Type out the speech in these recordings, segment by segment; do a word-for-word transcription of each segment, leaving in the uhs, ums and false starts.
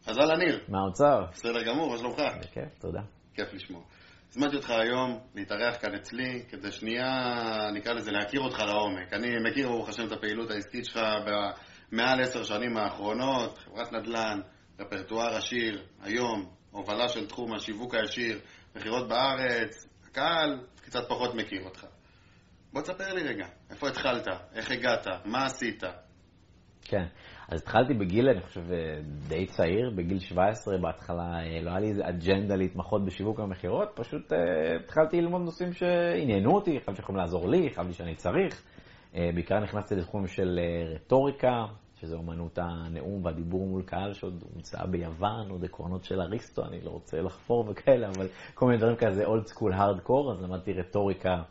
אז אהלן ניר. מה האוצר? בסדר גמור, מה שלומך? בכיף, תודה. כיף לשמוע. הזמנתי אותך היום להתארח כאן אצלי, כדי שנייה, נקרא לזה, להכיר אותך לעומק. אני מכיר ברוך השם את הפעילות העסקית שלך במעל עשר שנים האחרונות, חברת נדל"ן, רפרטואר עשיר, היום, הובלה של תחום השיווק הישיר, מכירות בארץ, הקהל קצת פחות מכיר אותך. בוא תספר לי רגע, איפה התחלת, איך הגעת, מה עשית? כן, אז התחלתי בגיל, אני חושב, די צעיר, בגיל שבע עשרה בהתחלה, לא היה לי איזה אג'נדה להתמחות בשיווק ומכירות, פשוט התחלתי ללמוד נושאים שעניינו אותי, חשבתי שיכולים לעזור לי, חשבתי שאני צריך. בעיקר נכנסתי לתחום של רטוריקה, שזה אומנות הנאום והדיבור מול קהל, שעוד הומצאה ביוון, עוד עקרונות של אריסטו, אני לא רוצה לחפור וכאלה, אבל כל מיני דברים כזה, אולד סקול הארדקור, אז למדתי רטוריקה.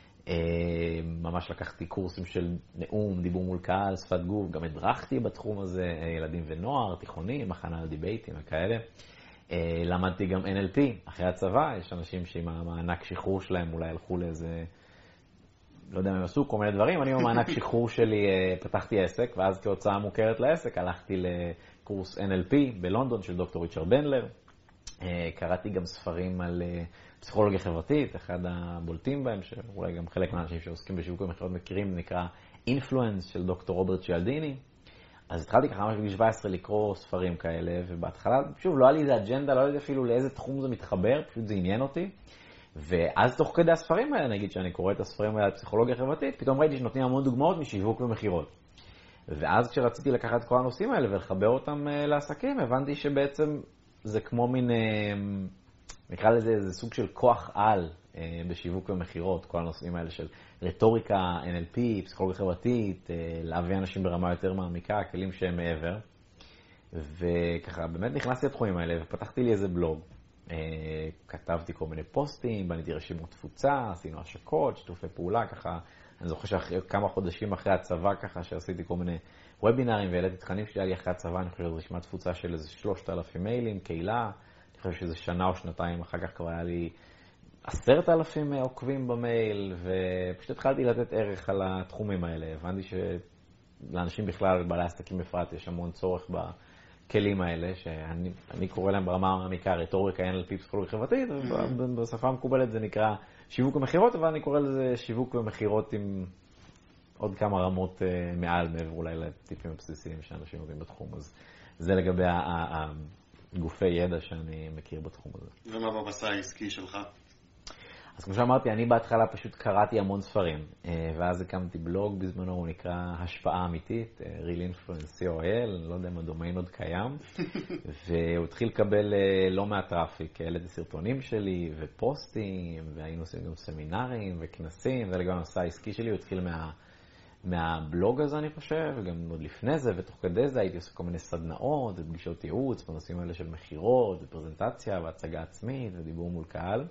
ממש לקחתי קורסים של נאום, דיבור מול קהל, שפת גוף, גם הדרכתי בתחום הזה, ילדים ונוער, תיכונים, הכנה לדיבייטים וכאלה. למדתי גם אן אל פי, אחרי הצבא, יש אנשים שעם המענק שחרור שלהם אולי הלכו לאיזה, לא יודע מה הם עשו, כל מיני דברים. אני עם המענק שחרור שלי פתחתי עסק, ואז כהוצאה מוכרת לעסק הלכתי לקורס אן אל פי בלונדון של דוקטור ריצ'רד בנדלר. קראתי גם ספרים על פסיכולוגיה חברתית, אחד הבולטים בהם, שאולי גם חלק מהאנשים שעוסקים בשיווק ומכירות מכירים, נקרא אינפלואנס של דוקטור רוברט צ'יאלדיני. אז התחלתי ככה ממש בגיל שבע עשרה לקרוא ספרים כאלה, ובהתחלה, שוב, לא היה לי איזה אג'נדה, לא יודע אפילו לאיזה תחום זה מתחבר, פשוט זה עניין אותי. ואז תוך כדי הספרים האלה, נגיד שאני קורא את הספרים האלה על פסיכולוגיה חברתית, פתאום ראיתי שנותנים המון דוגמאות משיווק ומכירות. ואז כשרציתי לקחת את כל הנושאים האלה ולחבר אותם לעסקים, הבנתי שבעצם זה כמו מין, נקרא לזה איזה סוג של כוח על בשיווק ומכירות, כל הנושאים האלה של רטוריקה, אן אל פי, פסיכולוגיה חברתית, להביא אנשים ברמה יותר מעמיקה, כלים שהם מעבר. וככה, באמת נכנסתי לתחומים האלה ופתחתי לי איזה בלוג. כתבתי כל מיני פוסטים, בניתי רשימות תפוצה, עשינו השקות, שיתופי פעולה, ככה. אני זוכר שכמה חודשים אחרי הצבא, ככה, שעשיתי כל מיני וובינרים והעליתי תכנים שלי לי אחרי הצבא, אני חושב שזו רשימת תפוצה של איזה שלושת אלפים מיילים, קהילה. אני חושב שזה שנה או שנתיים, אחר כך כבר היה לי עשרת אלפים עוקבים במייל, ופשוט התחלתי לתת ערך על התחומים האלה. הבנתי שלאנשים בכלל, בעלי עסקים בפרט, יש המון צורך בכלים האלה, שאני אני קורא להם ברמה המעמיקה, רטוריקה, אן אל פי, פסיכולוגיה חברתית, ובשפה המקובלת זה נקרא שיווק ומכירות, אבל אני קורא לזה שיווק ומכירות עם עוד כמה רמות מעל, מעבר אולי לטיפים הבסיסיים שאנשים יודעים בתחום. אז זה לגבי הגופי ידע שאני מכיר בתחום הזה. ומה במסע העסקי שלך? אז כמו שאמרתי, אני בהתחלה פשוט קראתי המון ספרים, ואז הקמתי בלוג בזמנו, הוא נקרא השפעה אמיתית, Real Influence סי או אל, אני לא יודע אם הדומיין עוד קיים, והוא התחיל לקבל לא מעט טראפיק, העליתי סרטונים שלי ופוסטים, והיינו עושים גם סמינרים וכנסים, זה לגבי המסע העסקי שלי, הוא התחיל מה... מהבלוג הזה אני חושב, וגם עוד לפני זה, ותוך כדי זה הייתי עושה כל מיני סדנאות, ופגישות ייעוץ, בנושאים האלה של מכירות, ופרזנטציה, והצגה עצמית, ודיבור מול קהל.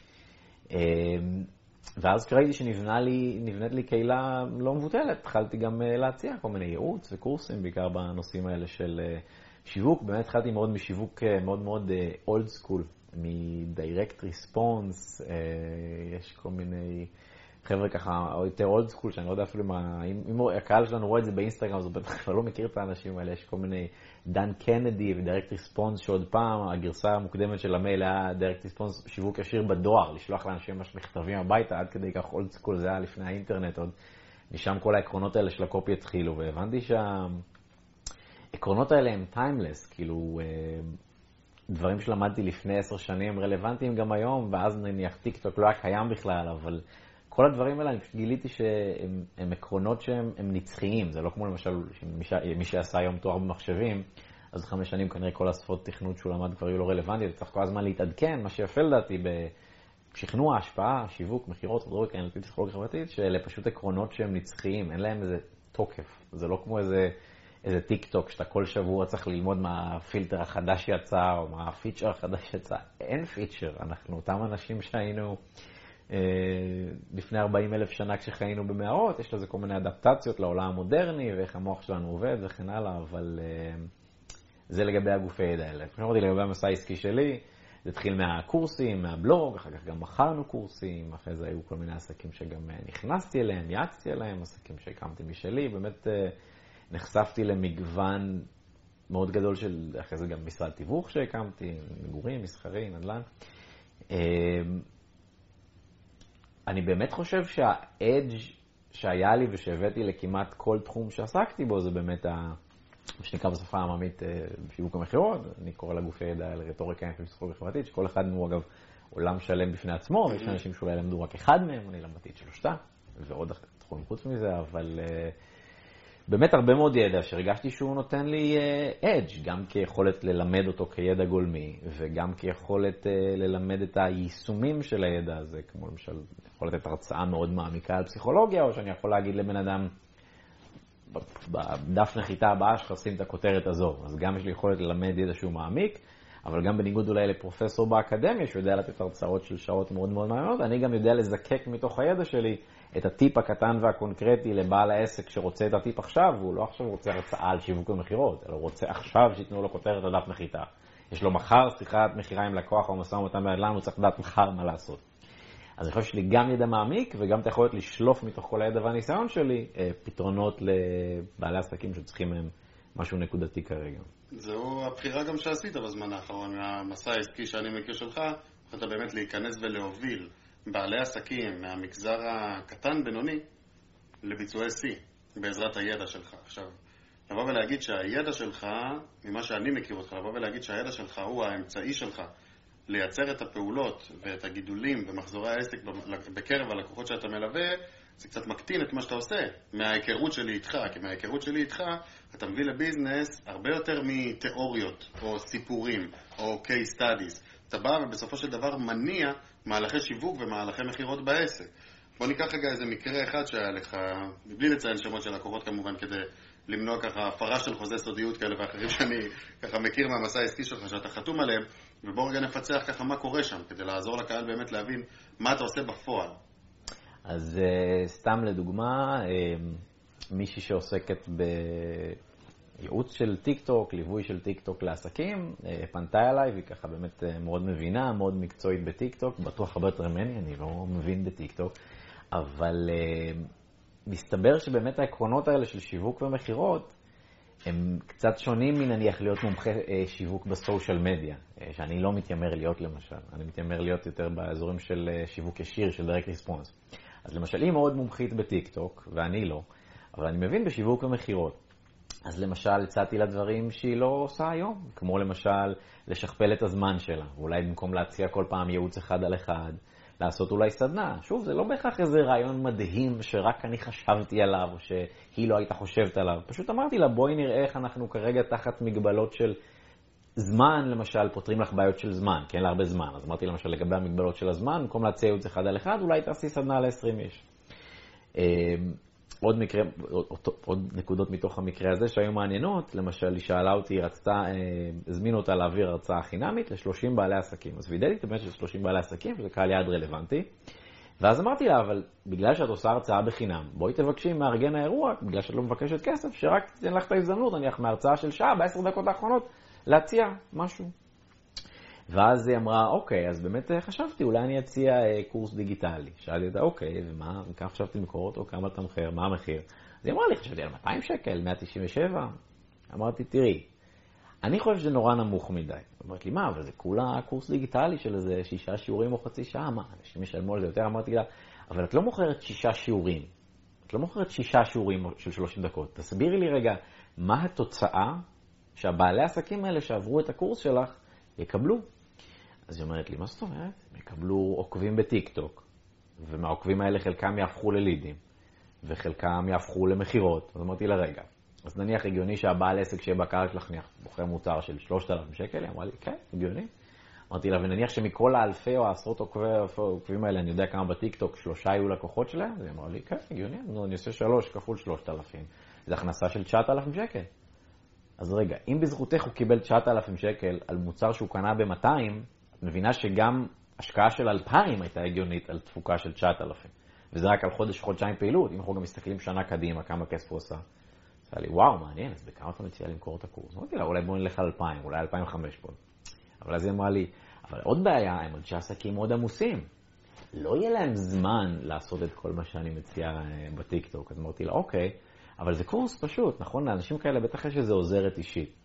ואז כשראיתי שנבנית לי, לי קהילה לא מבוטלת, התחלתי גם להציע כל מיני ייעוץ וקורסים, בעיקר בנושאים האלה של שיווק. באמת התחלתי מאוד משיווק מאוד מאוד אולד סקול, מ-direct response, יש כל מיני חבר'ה ככה, או יותר אולד סקול, שאני לא יודע אפילו מה, אם, אם הקהל שלנו רואה את זה באינסטגרם, אז הוא בטח לא מכיר את האנשים האלה, יש כל מיני דן קנדי ודירקט ריספונס, שעוד פעם, הגרסה המוקדמת של המייל היה דירקט ריספונס שיווק ישיר בדואר, לשלוח לאנשים ממש מכתבים הביתה, עד כדי כך אולד סקול, זה היה לפני האינטרנט, עוד משם כל העקרונות האלה של הקופי התחילו, והבנתי שהעקרונות האלה הם טיימלס, כאילו, דברים שלמדתי לפני עשר שנים רלוונטיים גם היום, ואז נניח טיקטוק לא היה קיים בכלל, אבל כל הדברים האלה, אני פשוט גיליתי שהם הם עקרונות שהם הם נצחיים. זה לא כמו למשל מי שעשה היום תואר במחשבים, אז חמש שנים כנראה כל השפות תכנות שהוא למד כבר יהיו לא רלוונטיות, צריך כל הזמן להתעדכן, מה שיפה לדעתי בשכנוע, השפעה, שיווק, מכירות, רטוריקה, אן אל פי, פסיכולוגיה חברתית, שאלה פשוט עקרונות שהם נצחיים, אין להם איזה תוקף. זה לא כמו איזה, איזה טיק טוק, שאתה כל שבוע צריך ללמוד מה הפילטר החדש יצא, או מה הפיצ'ר החדש יצא. אין פיצ'ר, אנחנו אותם אנשים שהיינו לפני ארבעים אלף שנה כשחיינו במערות, יש לזה כל מיני אדפטציות לעולם המודרני, ואיך המוח שלנו עובד וכן הלאה, אבל זה לגבי הגופי ידע האלה. כמו שאמרתי, לגבי המסע העסקי שלי, זה התחיל מהקורסים, מהבלוג, אחר כך גם מכרנו קורסים, אחרי זה היו כל מיני עסקים שגם נכנסתי אליהם, יעצתי אליהם, עסקים שהקמתי משלי, באמת נחשפתי למגוון מאוד גדול של, אחרי זה גם משרד תיווך שהקמתי, מגורים, מסחרי, נדל"ן. אני באמת חושב שהאדג' שהיה לי ושהבאתי לכמעט כל תחום שעסקתי בו, זה באמת ה... שנקרא בשפה העממית שיווק המחירות, אני קורא לגופי ידע לרטוריקה ופסיכולוגיה חברתית, שכל אחד הוא אגב עולם שלם בפני עצמו, ויש אנשים שאולי למדו רק אחד מהם, אני למדתי את שלושתה, ועוד תחומים חוץ מזה, אבל באמת הרבה מאוד ידע שהרגשתי שהוא נותן לי אדג', גם כיכולת ללמד אותו כידע גולמי, וגם כיכולת ללמד את היישומים של הידע הזה, כמו למשל יכול לתת הרצאה מאוד מעמיקה על פסיכולוגיה, או שאני יכול להגיד לבן אדם, בדף נחיתה הבאה שלך שים את הכותרת הזו. אז גם יש לי יכולת ללמד ידע שהוא מעמיק, אבל גם בניגוד אולי לפרופסור באקדמיה, שיודע לתת הרצאות של שעות מאוד מאוד מעניינות, אני גם יודע לזקק מתוך הידע שלי את הטיפ הקטן והקונקרטי לבעל העסק שרוצה את הטיפ עכשיו, והוא לא עכשיו רוצה הרצאה על שיווק ומחירות, אלא הוא רוצה עכשיו שיתנו לו כותרת הדף נחיתה. יש לו מחר שיחת מחירה עם לקוח או משא ומתן בנדל"ן, הוא צריך לדעת מחר מה לעשות. אז אני חושב שלי גם ידע מעמיק, וגם אתה יכולת לשלוף מתוך כל הידע והניסיון שלי, פתרונות לבעלי עסקים שצריכים מהם משהו נקודתי כרגע. זהו הבחירה גם שעשית בזמן האחרון, מהמסע העסקי שאני מכיר שלך, אתה באמת להיכנס ולהוביל בעלי עסקים מהמגזר הקטן בינוני לביצועי C, בעזרת הידע שלך. עכשיו, לבוא ולהגיד שהידע שלך, ממה שאני מכיר אותך, לבוא ולהגיד שהידע שלך הוא האמצעי שלך, לייצר את הפעולות ואת הגידולים ומחזורי העסק בקרב הלקוחות שאתה מלווה, זה קצת מקטין את מה שאתה עושה מההיכרות שלי איתך, כי מההיכרות שלי איתך אתה מביא לביזנס הרבה יותר מתיאוריות או סיפורים או case studies. אתה בא ובסופו של דבר מניע מהלכי שיווק ומהלכי מחירות בעסק. בוא ניקח רגע איזה מקרה אחד שהיה לך, מבלי לציין שמות של לקוחות כמובן, כדי למנוע ככה הפרה של חוזה סודיות כאלה ואחרים שאני ככה מכיר מהמסע העסקי שלך שאתה חתום עליהם, ובוא רגע נפצח ככה מה קורה שם, כדי לעזור לקהל באמת להבין מה אתה עושה בפועל. אז סתם לדוגמה, מישהי שעוסקת בייעוץ של טיק-טוק, ליווי של טיק-טוק לעסקים, פנתה אליי, והיא ככה באמת מאוד מבינה, מאוד מקצועית בטיק-טוק, בטוח הרבה יותר ממני, אני לא מבין בטיק-טוק, אבל מסתבר שבאמת העקרונות האלה של שיווק ומחירות, הם קצת שונים מנניח להיות מומחה שיווק בסושיאל מדיה, שאני לא מתיימר להיות למשל. אני מתיימר להיות יותר באזורים של שיווק ישיר, של direct response. אז למשל, היא מאוד מומחית בטיק-טוק, ואני לא, אבל אני מבין בשיווק ומחירות. אז למשל, הצעתי לה דברים שהיא לא עושה היום, כמו למשל, לשכפל את הזמן שלה, ואולי במקום להציע כל פעם ייעוץ אחד על אחד, לעשות אולי סדנה. שוב, זה לא בהכרח איזה רעיון מדהים שרק אני חשבתי עליו, או שהיא לא הייתה חושבת עליו. פשוט אמרתי לה, בואי נראה איך אנחנו כרגע תחת מגבלות של זמן, למשל, פותרים לך בעיות של זמן, כי אין לה הרבה זמן. אז אמרתי למשל, לגבי המגבלות של הזמן, במקום להציע ייעוץ אחד על אחד, אולי תעשי סדנה ל-עשרים איש. עוד מקרה, עוד, עוד נקודות מתוך המקרה הזה שהיו מעניינות, למשל, היא שאלה אותי, היא רצתה, הזמינו אותה להעביר הרצאה חינמית ל-שלושים בעלי עסקים. אז וידאתי באמת של שלושים בעלי עסקים, וזה קהל יעד רלוונטי. ואז אמרתי לה, אבל בגלל שאת עושה הרצאה בחינם, בואי תבקשי מארגן האירוע, בגלל שאת לא מבקשת כסף, שרק תתן לך את ההזדמנות, נניח מהרצאה של שעה, בעשר דקות האחרונות, להציע משהו. ואז היא אמרה, אוקיי, אז באמת חשבתי, אולי אני אציע קורס דיגיטלי. שאלתי אותה, אוקיי, ומה, וכך חשבתי מקור אותו, כמה אתה מחיר, מה המחיר? אז היא אמרה לי, חשבתי על מאתיים שקל, מאה תשעים ושבע. אמרתי, תראי, אני חושב שזה נורא נמוך מדי. אמרתי לי, מה, אבל זה כולה קורס דיגיטלי של איזה שישה שיעורים או חצי שעה, מה, אנשים ישלמו על זה יותר? אמרתי לה, אבל את לא מוכרת שישה שיעורים. את לא מוכרת שישה שיעורים של שלושים דקות. תסבירי לי רגע, מה התוצאה שהבעלי העסקים האלה שעברו את הקורס שלך יקבלו? אז היא אומרת לי, מה זאת אומרת? הם יקבלו עוקבים בטיק-טוק, ומהעוקבים האלה חלקם יהפכו ללידים, וחלקם יהפכו למחירות. אז אמרתי לה, רגע, אז נניח הגיוני שהבעל עסק שיהיה בקהל שלך נניח בוחר מוצר של שלושת אלפים שקל, היא אמרה לי, כן, הגיוני. אמרתי לה, ונניח שמכל האלפי או העשרות עוקבים האלה, אני יודע כמה בטיק-טוק, שלושה יהיו לקוחות שלהם, אז היא אמרה לי, כן, הגיוני, אני עושה שלוש כפול שלושת אלפים. זה הכנסה של תשעת אלפים שקל. אז רגע, אם בזכותך הוא קיבל תשעת אלפים שקל על מוצר שהוא קנה ב-מאתיים, את מבינה שגם השקעה של אלפיים הייתה הגיונית על תפוקה של תשעת אלפים. וזה רק על חודש, חודשיים פעילות. אם אנחנו גם מסתכלים שנה קדימה, כמה כסף הוא עושה. אז היה לי, וואו, מעניין, אז בכמה אתה מציע למכור את הקורס? אמרתי לה, אולי בוא נלך על אלפיים, אולי אלפיים וחמש מאות. אבל אז היא אמרה לי, אבל עוד בעיה, הם אנשי עסקים מאוד עמוסים. לא יהיה להם זמן לעשות את כל מה שאני מציע בטיקטוק. אז אמרתי לה, אוקיי, אבל זה קורס פשוט, נכון? לאנשים כאלה בטח יש איזו עוזרת אישית.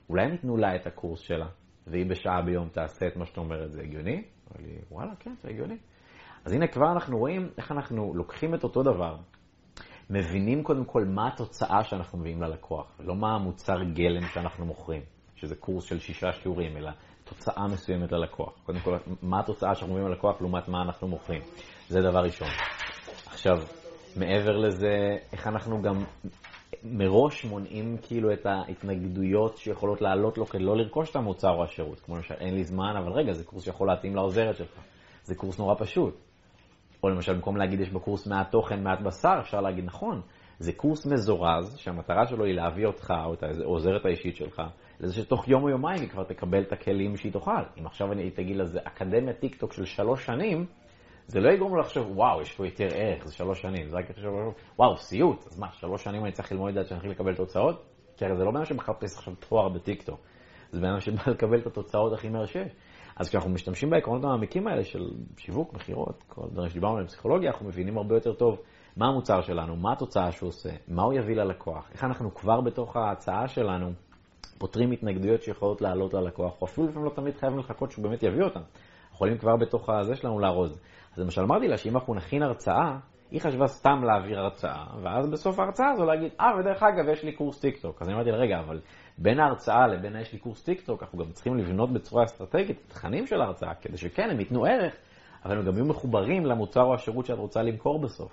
אולי הם ייתנו לה את הקורס שלה, והיא בשעה ביום תעשה את מה שאתה אומרת, זה הגיוני? אמר לי, וואלה, כן, זה הגיוני. אז הנה כבר אנחנו רואים איך אנחנו לוקחים את אותו דבר, מבינים קודם כל מה התוצאה שאנחנו מביאים ללקוח, לא מה המוצר גלם שאנחנו מוכרים, שזה קורס של שישה שיעורים, אלא תוצאה מסוימת ללקוח. קודם כל, מה התוצאה שאנחנו מביאים ללקוח לעומת מה אנחנו מוכרים. זה דבר ראשון. עכשיו, מעבר לזה, איך אנחנו גם מראש מונעים כאילו את ההתנגדויות שיכולות לעלות לו כדי לא לרכוש את המוצר או השירות. כמו למשל, אין לי זמן, אבל רגע, זה קורס שיכול להתאים לעוזרת שלך. זה קורס נורא פשוט. או למשל, במקום להגיד יש בקורס מעט תוכן, מעט בשר, אפשר להגיד נכון. זה קורס מזורז, שהמטרה שלו היא להביא אותך או את העוזרת האישית שלך, לזה שתוך יום או יומיים היא כבר תקבל את הכלים שהיא תוכל. אם עכשיו אני תגיד לזה אקדמיה טיקטוק של שלוש שנים, זה לא יגרום לו לחשוב, וואו, יש פה יותר ערך, זה שלוש שנים. זה רק יחשוב, וואו, סיוט. אז מה, שלוש שנים אני צריך ללמוד את זה שאני צריך לקבל תוצאות? כי הרי זה לא בן שמחפש עכשיו תואר בטיקטוק. זה בן שבא לקבל את התוצאות הכי מהר שיש. אז כשאנחנו משתמשים בעקרונות המעמיקים האלה של שיווק, מחירות, כל דברים שדיברנו על פסיכולוגיה, אנחנו מבינים הרבה יותר טוב מה המוצר שלנו, מה התוצאה שהוא עושה, מה הוא יביא ללקוח, איך אנחנו כבר בתוך ההצעה שלנו פותרים התנגדויות שיכולות לעלות ללקוח, או אפילו לפעמים לא תמיד חייבים לחכות שהוא באמת יביא אותם. יכולים כבר בתוך הזה שלנו לארוז. אז למשל אמרתי לה שאם אנחנו נכין הרצאה, היא חשבה סתם להעביר הרצאה, ואז בסוף ההרצאה הזו להגיד, אה, ודרך אגב, יש לי קורס טיקטוק. אז אני אמרתי לה, רגע, אבל בין ההרצאה לבין יש לי קורס טיקטוק, אנחנו גם צריכים לבנות בצורה אסטרטגית את התכנים של ההרצאה, כדי שכן, הם ייתנו ערך, אבל הם גם יהיו מחוברים למוצר או השירות שאת רוצה למכור בסוף.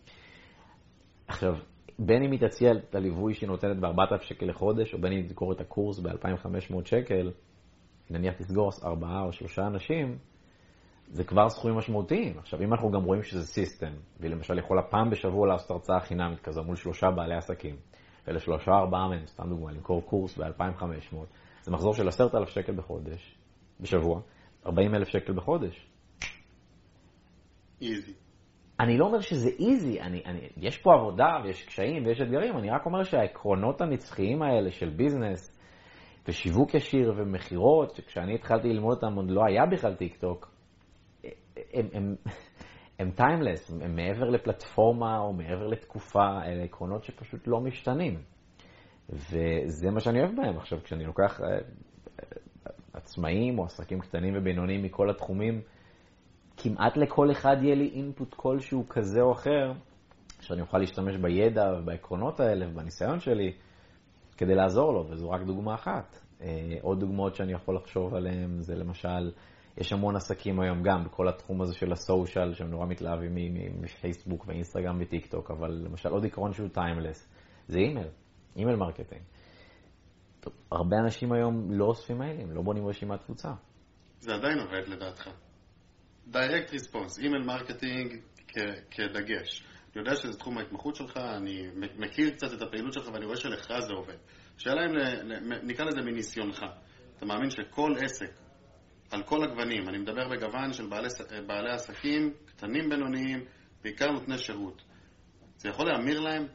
עכשיו, בין אם היא תציע את הליווי שהיא נותנת ב-ארבעת אלפים שקל לחודש, או בין אם תזכור את הקורס ב-אלפיים וחמש מאות שקל, נניח תסגור ארבעה או שלושה אנשים, זה כבר סכומים משמעותיים. עכשיו, אם אנחנו גם רואים שזה סיסטם, והיא למשל יכולה פעם בשבוע לעשות הרצאה חינמית כזו מול שלושה בעלי עסקים, ולשלושה ארבעה מהם, סתם דוגמה, למכור קורס ב-אלפיים וחמש מאות, זה מחזור של עשרת אלפים שקל בחודש, בשבוע, ארבעים אלף שקל בחודש. איזי. אני לא אומר שזה איזי, אני, אני, יש פה עבודה ויש קשיים ויש אתגרים, אני רק אומר שהעקרונות הנצחיים האלה של ביזנס ושיווק ישיר ומחירות, שכשאני התחלתי ללמוד אותם עוד לא היה בכלל טיקטוק, הם, הם, הם טיימלס, הם מעבר לפלטפורמה או מעבר לתקופה, אלה עקרונות שפשוט לא משתנים. וזה מה שאני אוהב בהם. עכשיו, כשאני לוקח עצמאים או עסקים קטנים ובינוניים מכל התחומים, כמעט לכל אחד יהיה לי אינפוט כלשהו כזה או אחר, שאני אוכל להשתמש בידע ובעקרונות האלה ובניסיון שלי, כדי לעזור לו, וזו רק דוגמה אחת. עוד דוגמאות שאני יכול לחשוב עליהן, זה למשל, יש המון עסקים היום גם בכל התחום הזה של הסושיאל, שהם נורא מתלהבים מפייסבוק ואינסטגרם וטיקטוק, אבל למשל עוד עקרון שהוא טיימלס, זה אימייל, אימייל מרקטינג. טוב, הרבה אנשים היום לא אוספים מיילים, לא בונים רשימת תפוצה. זה עדיין עובד לדעתך. דיירקט ריספונס, אימייל מרקטינג כדגש. אני יודע שזה תחום ההתמחות שלך, אני מכיר קצת את הפעילות שלך ואני רואה שלך זה עובד. שאלה אם נקרא לזה מניסיונך. אתה מאמין שכל עסק, על כל הגוונים, אני מדבר בגוון של בעלי, בעלי עסקים, קטנים בינוניים, בעיקר נותני שירות. זה יכול להאמיר להם?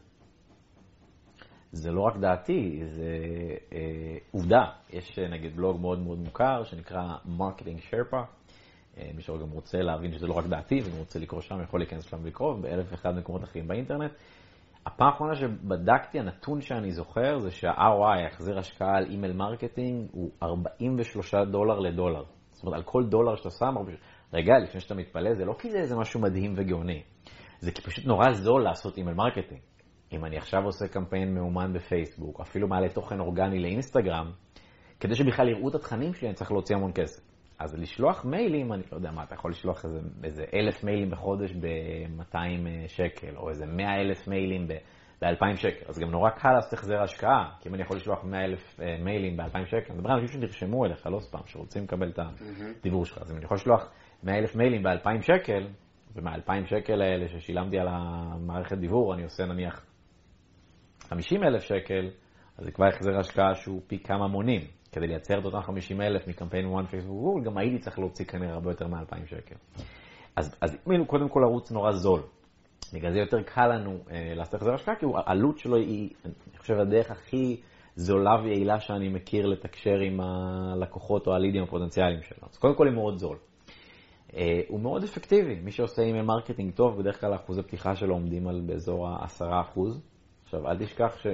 זה לא רק דעתי, זה אה, עובדה. יש נגיד בלוג מאוד מאוד מוכר שנקרא מרקטינג שרפה. אה, מי שגם רוצה להבין שזה לא רק דעתי, וגם רוצה לקרוא שם, יכול להיכנס שם ולקרוא, באלף ואחד מקומות אחרים באינטרנט. הפעם האחרונה שבדקתי, הנתון שאני זוכר, זה שה-אר או איי, החזר השקעה על אימייל מרקטינג, הוא ארבעים ושלושה דולר לדולר. זאת אומרת, על כל דולר שאתה שם, רגע, לפני שאתה מתפלא, זה לא כי זה איזה משהו מדהים וגאוני. זה כי פשוט נורא זול לעשות אימייל מרקטינג. אם אני עכשיו עושה קמפיין מאומן בפייסבוק, אפילו מעלה תוכן אורגני לאינסטגרם, כדי שבכלל יראו את התכנים שלי, אני צריך להוציא המון כסף. אז לשלוח מיילים, אני לא יודע מה, אתה יכול לשלוח איזה, איזה אלף מיילים בחודש ב-מאתיים שקל, או איזה מאה אלף מיילים ב-אלפיים שקל. אז גם נורא קל לעשות החזר השקעה, כי אם אני יכול לשלוח מאה אלף מיילים ב-אלפיים שקל, אני מדבר על אנשים שנרשמו אליך, לא ספם, שרוצים לקבל את הדיבור שלך. אז אם אני יכול לשלוח מאה אלף מיילים ב-אלפיים שקל, ומה-אלפיים שקל האלה ששילמתי על המערכת דיבור, אני עושה נניח חמישים אלף שקל, אז זה כבר החזר השקעה שהוא פי כמה מונים. כדי לייצר את אותם חמישים אלף מקמפיין וואן פייסבוק גוגל, גם הייתי צריך להוציא כנראה הרבה יותר מ-אלפיים שקל. אז, אז אם קודם כל ערוץ נורא זול, בגלל זה יותר קל לנו אה, לעשות החזר השקעה, כי העלות שלו היא, אני חושב, הדרך הכי זולה ויעילה שאני מכיר לתקשר עם הלקוחות או הלידים הפוטנציאליים שלו. אז קודם כל היא מאוד זול. אה, הוא מאוד אפקטיבי. מי שעושה אימייל מרקטינג טוב, בדרך כלל אחוזי פתיחה שלו עומדים על באזור ה-עשרה אחוז. עכשיו, אל תשכח ש...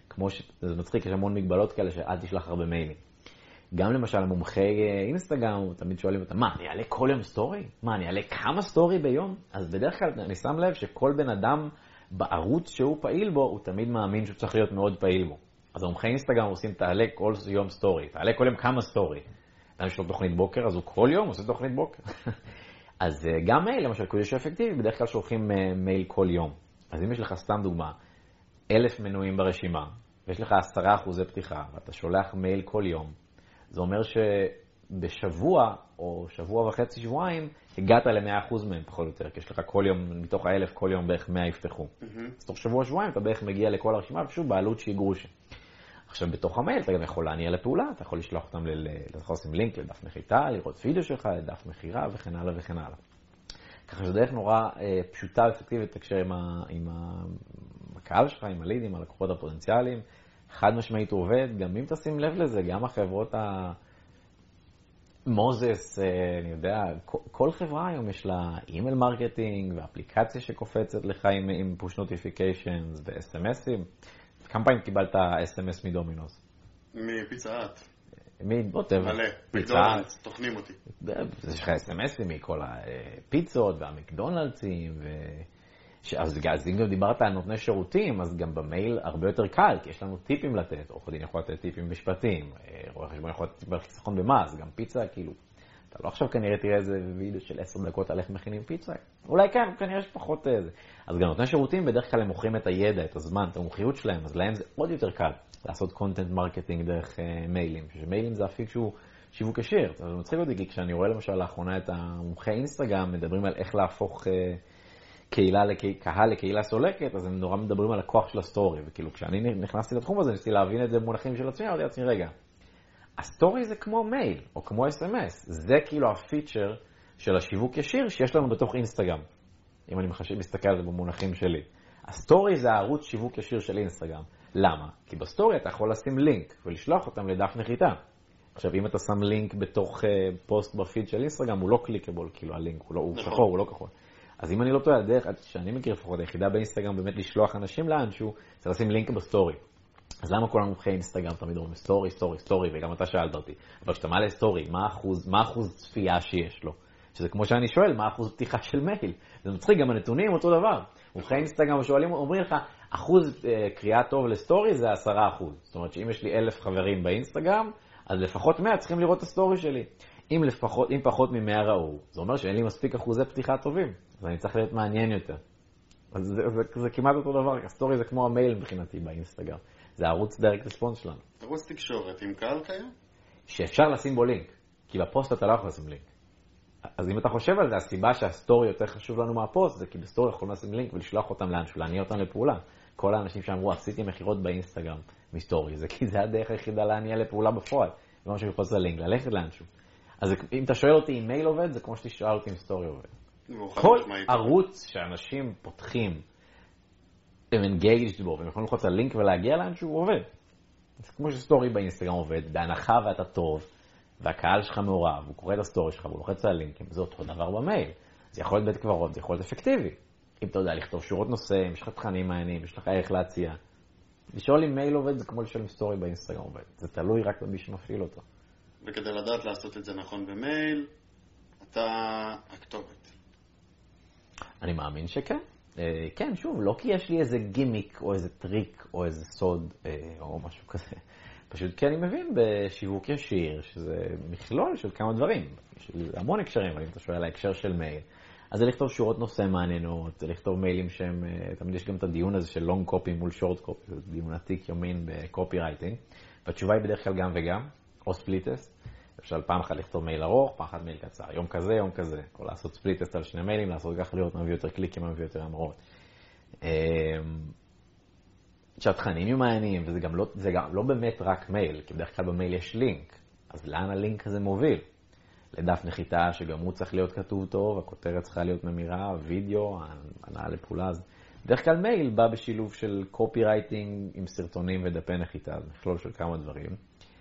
כמו ש... זה מצחיק, יש המון מגבלות כאלה שאל תשלח הרבה מיילים. גם למשל, מומחי אינסטגרם, תמיד שואלים אותם, מה, אני אעלה כל יום סטורי? מה, אני אעלה כמה סטורי ביום? אז בדרך כלל אני שם לב שכל בן אדם בערוץ שהוא פעיל בו, הוא תמיד מאמין שהוא צריך להיות מאוד פעיל בו. אז המומחי אינסטגרם עושים, תעלה כל יום סטורי, תעלה כל יום כמה סטורי. יש לו תוכנית בוקר, אז הוא כל יום עושה תוכנית בוקר. אז גם מייל, למשל, כדי שאפקטיבי, בדרך כלל שולחים מייל כל יום. אז אם יש לך סתם דוגמה, אלף מנויים ברשימה, ויש לך עשרה אחוזי פתיחה, ואתה שולח מייל כל יום, זה אומר שבשבוע, או שבוע וחצי, שבועיים, הגעת ל-מאה אחוז מהם, פחות או יותר, כי יש לך כל יום, מתוך האלף, כל יום בערך מאה יפתחו. Mm-hmm. אז תוך שבוע, שבועיים, אתה בערך מגיע לכל הרשימה, פשוט בעלות שהיא גרושה. עכשיו, בתוך המייל, אתה גם יכול להניע לפעולה, אתה יכול לשלוח אותם, אתה יכול לשים לינק לדף נחיתה, לראות וידאו שלך, לדף מחירה, וכן הלאה וכן הלאה. ככה שדרך נורא אה, פשוטה ואפקטיבית תקשר עם, ה, עם הקהל שלך, עם הלידים, הלקוחות הפוטנציאליים. חד משמעית עובד, גם אם תשים לב לזה, גם החברות המוזס, אה, אני יודע, כל, כל חברה היום יש לה אימייל מרקטינג, ואפליקציה שקופצת לך עם, עם push notifications ו-אס אם אסים. כמה פעמים קיבלת אס אם אס מדומינוס? מפיצה האט. מבוטב. מלא, מקדונלדס, תוכנים אותי. יש לך אס אם אסים מכל הפיצות והמקדונלדסים. ו... אז, אז אם גם דיברת על נותני שירותים, אז גם במייל הרבה יותר קל, כי יש לנו טיפים לתת, עורך דין יכול לתת טיפים משפטיים, רואה חשבון יכול לתת חיסכון במס, גם פיצה, כאילו, אתה לא עכשיו כנראה תראה איזה וידאו של עשר דקות על איך מכינים פיצה. אולי כן, כנראה שפחות איזה. אז גם נותני שירותים בדרך כלל הם מוכרים את הידע, את הזמן, את המומחיות שלהם, אז להם זה עוד יותר קל לעשות קונטנט מרקטינג דרך uh, מיילים. שמיילים זה אפיק שהוא שיווק ישיר. זה מצחיק אותי, כי כשאני רואה למשל לאחרונה את המומחי אינסטגרם, מדברים על איך להפוך uh, קהילה לקה... קהל לקהילה סולקת, אז הם נורא מדברים על הכוח של הסטורי. וכאילו כשאני נכנסתי לתחום הזה, ניסיתי להבין את זה במונחים של עצמי, אמרתי לעצמי, רגע, הסטורי זה כמו מייל, או כמו אס אם אס. זה כאילו הפיצ'ר של השיווק ישיר שיש לנו בתוך אינסטגרם. אם אני מחשב, מסתכל על זה במונחים שלי. הסטורי זה הערוץ שיווק ישיר של אינסטגרם. למה? כי בסטורי אתה יכול לשים לינק ולשלוח אותם לדף נחיתה. עכשיו, אם אתה שם לינק בתוך uh, פוסט בפיד של אינסטגרם, הוא לא קליקבול, כאילו הלינק, הוא, לא, הוא שחור, הוא לא כחול. אז אם אני לא טועה, הדרך, שאני מכיר לפחות, היחידה באינסטגרם באמת לשלוח אנשים לאנשהו, זה לשים לינק בסטורי. אז למה כל המומחי אינסטגרם תמיד אומרים סטורי, סטורי, סטורי, וגם אתה שאלת אותי. אבל כשאתה מעלה סטורי, מה אחוז, מה אחוז צפייה שיש לו? שזה כמו שאני שואל, מה אחוז פתיחה של מייל? זה מצחיק, גם הנתונים אותו דבר. מומחי אינסטגרם שואלים, אומרים לך, אחוז אה, קריאה טוב לסטורי זה עשרה אחוז. זאת אומרת שאם יש לי אלף חברים באינסטגרם, אז לפחות מאה צריכים לראות את הסטורי שלי. אם, לפחות, אם פחות ממאה ראו, זה אומר שאין לי מספיק אחוזי פתיחה טובים. אז אני צריך להיות מעניין יותר. אז זה, זה, זה, זה כמעט אותו דבר. הסטורי זה כמו המייל מבחינתי באינסטגרם. זה ערוץ דיירקט רספונס שלנו. ערוץ תקשורת עם קהל קיים? שאפשר לשים בו לינק, כי בפוסט אתה לא יכול לשים לינק. אז אם אתה חושב על זה, הסיבה שהסטורי יותר חשוב לנו מהפוסט, זה כי בסטורי יכולים לשים לינק ולשלוח אותם לאנשהו, להניע אותם לפעולה. כל האנשים שאמרו, עשיתי מחירות באינסטגרם מסטורי, זה כי זה הדרך היחידה להניע לפעולה בפועל. זה מה שיכול לעשות לינק, ללכת לאנשהו. אז אם אתה שואל אותי אם מייל עובד, זה כמו שתשאל אותי אם סטורי עובד. כל ערוץ שאנשים פותחים, הם engaged בו, והם יכולים ללחוץ על לינק ולהגיע לאנשהו, הוא עובד. זה כמו שסטורי באינסטגרם עובד, בהנחה ואתה טוב, והקהל שלך מעורב, הוא קורא את הסטורי שלך, והוא לוחץ על לינקים, זה אותו דבר במייל. זה יכול להיות בית קברות, זה יכול להיות אפקטיבי. אם אתה יודע לכתוב שורות נושאים, יש לך תכנים מעניינים, יש לך איך להציע. לשאול אם מייל עובד, זה כמו לשאול אם סטורי באינסטגרם עובד. זה תלוי רק במי שמפעיל אותו. וכדי לדעת לעשות את זה נכון במייל, אתה הכתובת. אני מאמין שכן. כן, שוב, לא כי יש לי איזה גימיק או איזה טריק או איזה סוד או משהו כזה. פשוט כי אני מבין בשיווק ישיר, שזה מכלול של כמה דברים. יש המון הקשרים, אבל אם אתה שואל על ההקשר של מייל, אז זה לכתוב שורות נושא מעניינות, זה לכתוב מיילים שהם, תמיד יש גם את הדיון הזה של לונג קופי מול שורט קופי, זה דיון עתיק יומין בקופי רייטינג, והתשובה היא בדרך כלל גם וגם, או ספליטסט. אפשר פעם אחת לכתוב מייל ארוך, פעם אחת מייל קצר, יום כזה, יום כזה, או לעשות ספליטסט על שני מיילים, לעשות ככה לראות מה מביא יותר קליקים, מה מביא יותר אמרות. שהתכנים יהיו מעניינים, וזה גם לא, זה גם לא באמת רק מייל, כי בדרך כלל במייל יש לינק, אז לאן הלינק הזה מוביל? לדף נחיתה שגם הוא צריך להיות כתוב טוב, הכותרת צריכה להיות ממירה, וידאו, הנעה לפעולה, אז בדרך כלל מייל בא בשילוב של קופי רייטינג עם סרטונים ודפי נחיתה, זה מכלול של כמה דברים.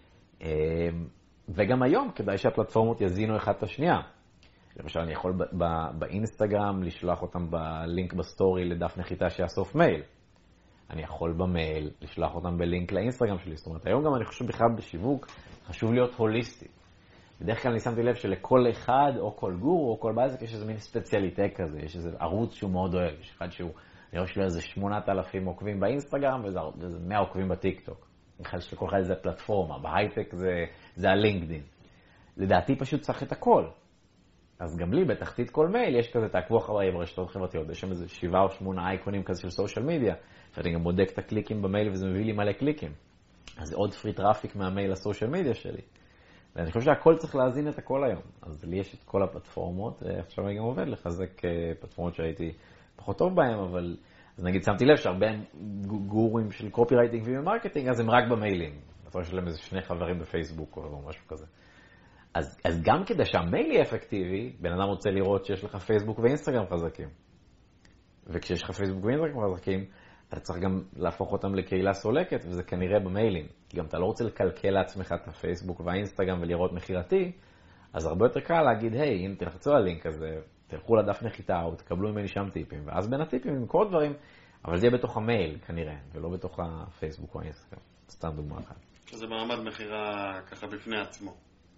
וגם היום כדאי שהפלטפורמות יזינו אחד את השנייה. למשל, אני יכול באינסטגרם לשלוח אותם בלינק בסטורי לדף נחיתה שיאסוף מייל. אני יכול במייל לשלוח אותם בלינק לאינסטגרם שלי. זאת אומרת, היום גם אני חושב בכלל בשיווק, חשוב להיות הוליסטי. בדרך כלל אני שמתי לב שלכל אחד, או כל גור, או כל בעסק, יש איזה מין ספציאליטה כזה, יש איזה ערוץ שהוא מאוד אוהב. יש אחד שהוא, אני רואה שלו איזה שמונת אלפים עוקבים באינסטגרם, ואיזה מאה עוקבים בטיקטוק. בכלל יש לכל אחד איזה פלטפורמה, בהייטק זה, זה הלינקדין. לדעתי פשוט צריך את הכל. אז גם לי, בתחתית כל מייל, יש כזה, תעקבו אחריי ברשתות חברתיות, יש שם איזה שבעה או שמונה אייקונים כזה של סושיאל מדיה, ואני גם בודק את הקליקים במייל, וזה מביא לי מלא קליקים. אז זה עוד פרי טראפיק מהמייל לסושיאל מדיה שלי. ואני חושב שהכל צריך להזין את הכל היום. אז לי יש את כל הפלטפורמות, עכשיו אני גם עובד לחזק פלטפורמות שהייתי פחות טוב בהן, אבל אז נגיד שמתי לב שהרבה גורים של קופי רייטינג ומרקטינג, אז הם רק במיילים. אתה רואה שלהם איזה שני חברים בפייסבוק או משהו כזה. אז, אז גם כדי שהמייל יהיה אפקטיבי, בן אדם רוצה לראות שיש לך פייסבוק ואינסטגרם חזקים. וכשיש לך פייסבוק ואינסטגרם חזקים, אתה צריך גם להפוך אותם לקהילה סולקת, וזה כנראה במיילים. כי גם אתה לא רוצה לקלקל לעצמך את הפייסבוק והאינסטגרם ולראות מחירתי, אז הרבה יותר קל להגיד, היי, אם תלחצו על הלינק הזה, תלכו לדף נחיתה או תקבלו ממני שם טיפים. ואז בין הטיפים עם כל דברים, אבל זה יהיה בתוך המייל כנראה, ולא בתוך הפייסבוק או האינסטגרם. סתם דוגמה אחת. זה מעמד מחירה ככה בפני עצמו.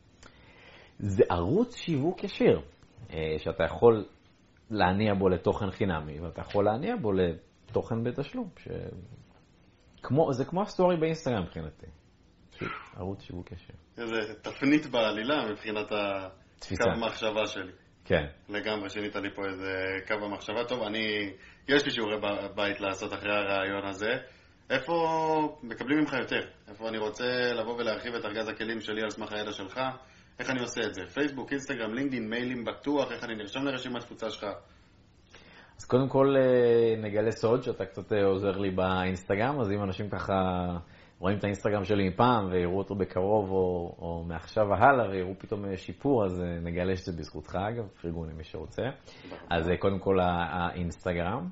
זה ערוץ שיווק ישיר, שאתה יכול להניע בו לתוכן חינמי, ואתה יכול להניע בו לתוכן בתשלום. ש... כמו, זה כמו הסטורי באינסטגרם מבחינתי. ערוץ שיווק ישיר. איזה תפנית בעלילה מבחינת הקו המחשבה שלי. כן. לגמרי, שינית לי פה איזה קו המחשבה. טוב, אני, יש לי שיעורי בית לעשות אחרי הרעיון הזה. איפה מקבלים ממך יותר? איפה אני רוצה לבוא ולהרחיב את ארגז הכלים שלי על סמך הידע שלך? איך אני עושה את זה? פייסבוק, אינסטגרם, לינקדין, מיילים בטוח, איך אני נרשם לרשימת תפוצה שלך? אז קודם כל נגלה סוד שאתה קצת עוזר לי באינסטגרם, אז אם אנשים ככה רואים את האינסטגרם שלי מפעם ויראו אותו בקרוב או, או מעכשיו והלאה ויראו פתאום שיפור, אז נגלה שזה בזכותך אגב, פרגון למי שרוצה. אז קודם כל האינסטגרם.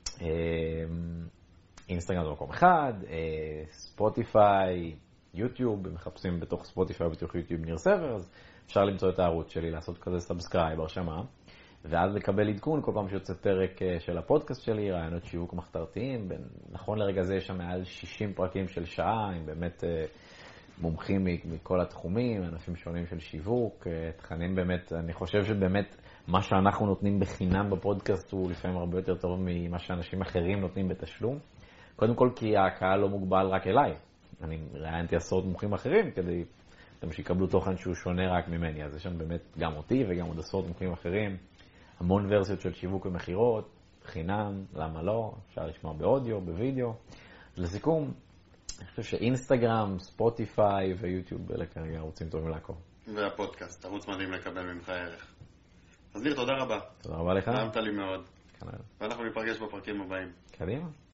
אינסטגרם זה מקום אחד, ספוטיפיי, יוטיוב, מחפשים בתוך ספוטיפיי ובתוך יוטיוב ניר סבר, אז אפשר למצוא את הערוץ שלי, לעשות כזה סאבסקרייב, הרשמה, ואז לקבל עדכון כל פעם שיוצא פרק של הפודקאסט שלי, רעיונות שיווק מחתרתיים. נכון לרגע זה יש שם מעל שישים פרקים של שעה, עם באמת מומחים מכל התחומים, אנשים שונים של שיווק, תכנים באמת, אני חושב שבאמת מה שאנחנו נותנים בחינם בפודקאסט הוא לפעמים הרבה יותר טוב ממה שאנשים אחרים נותנים בתשלום. קודם כל כי הקהל לא מוגבל רק אליי. אני ראיינתי עשרות מומחים אחרים כדי שיקבלו תוכן שהוא שונה רק ממני. אז יש שם באמת גם אותי וגם עוד עשרות מומחים אחרים. המון ורסיות של שיווק ומחירות, חינם, למה לא, אפשר לשמוע באודיו, בווידאו. אז לסיכום, אני חושב שאינסטגרם, ספוטיפיי ויוטיוב אלה כרגע ערוצים טובים לעקוב. והפודקאסט, ערוץ מדהים לקבל ממך ערך. אז ניר, תודה רבה. תודה רבה לך. נעמת לי מאוד. כנראה. ואנחנו ניפגש בפרקים הבאים. קדימה.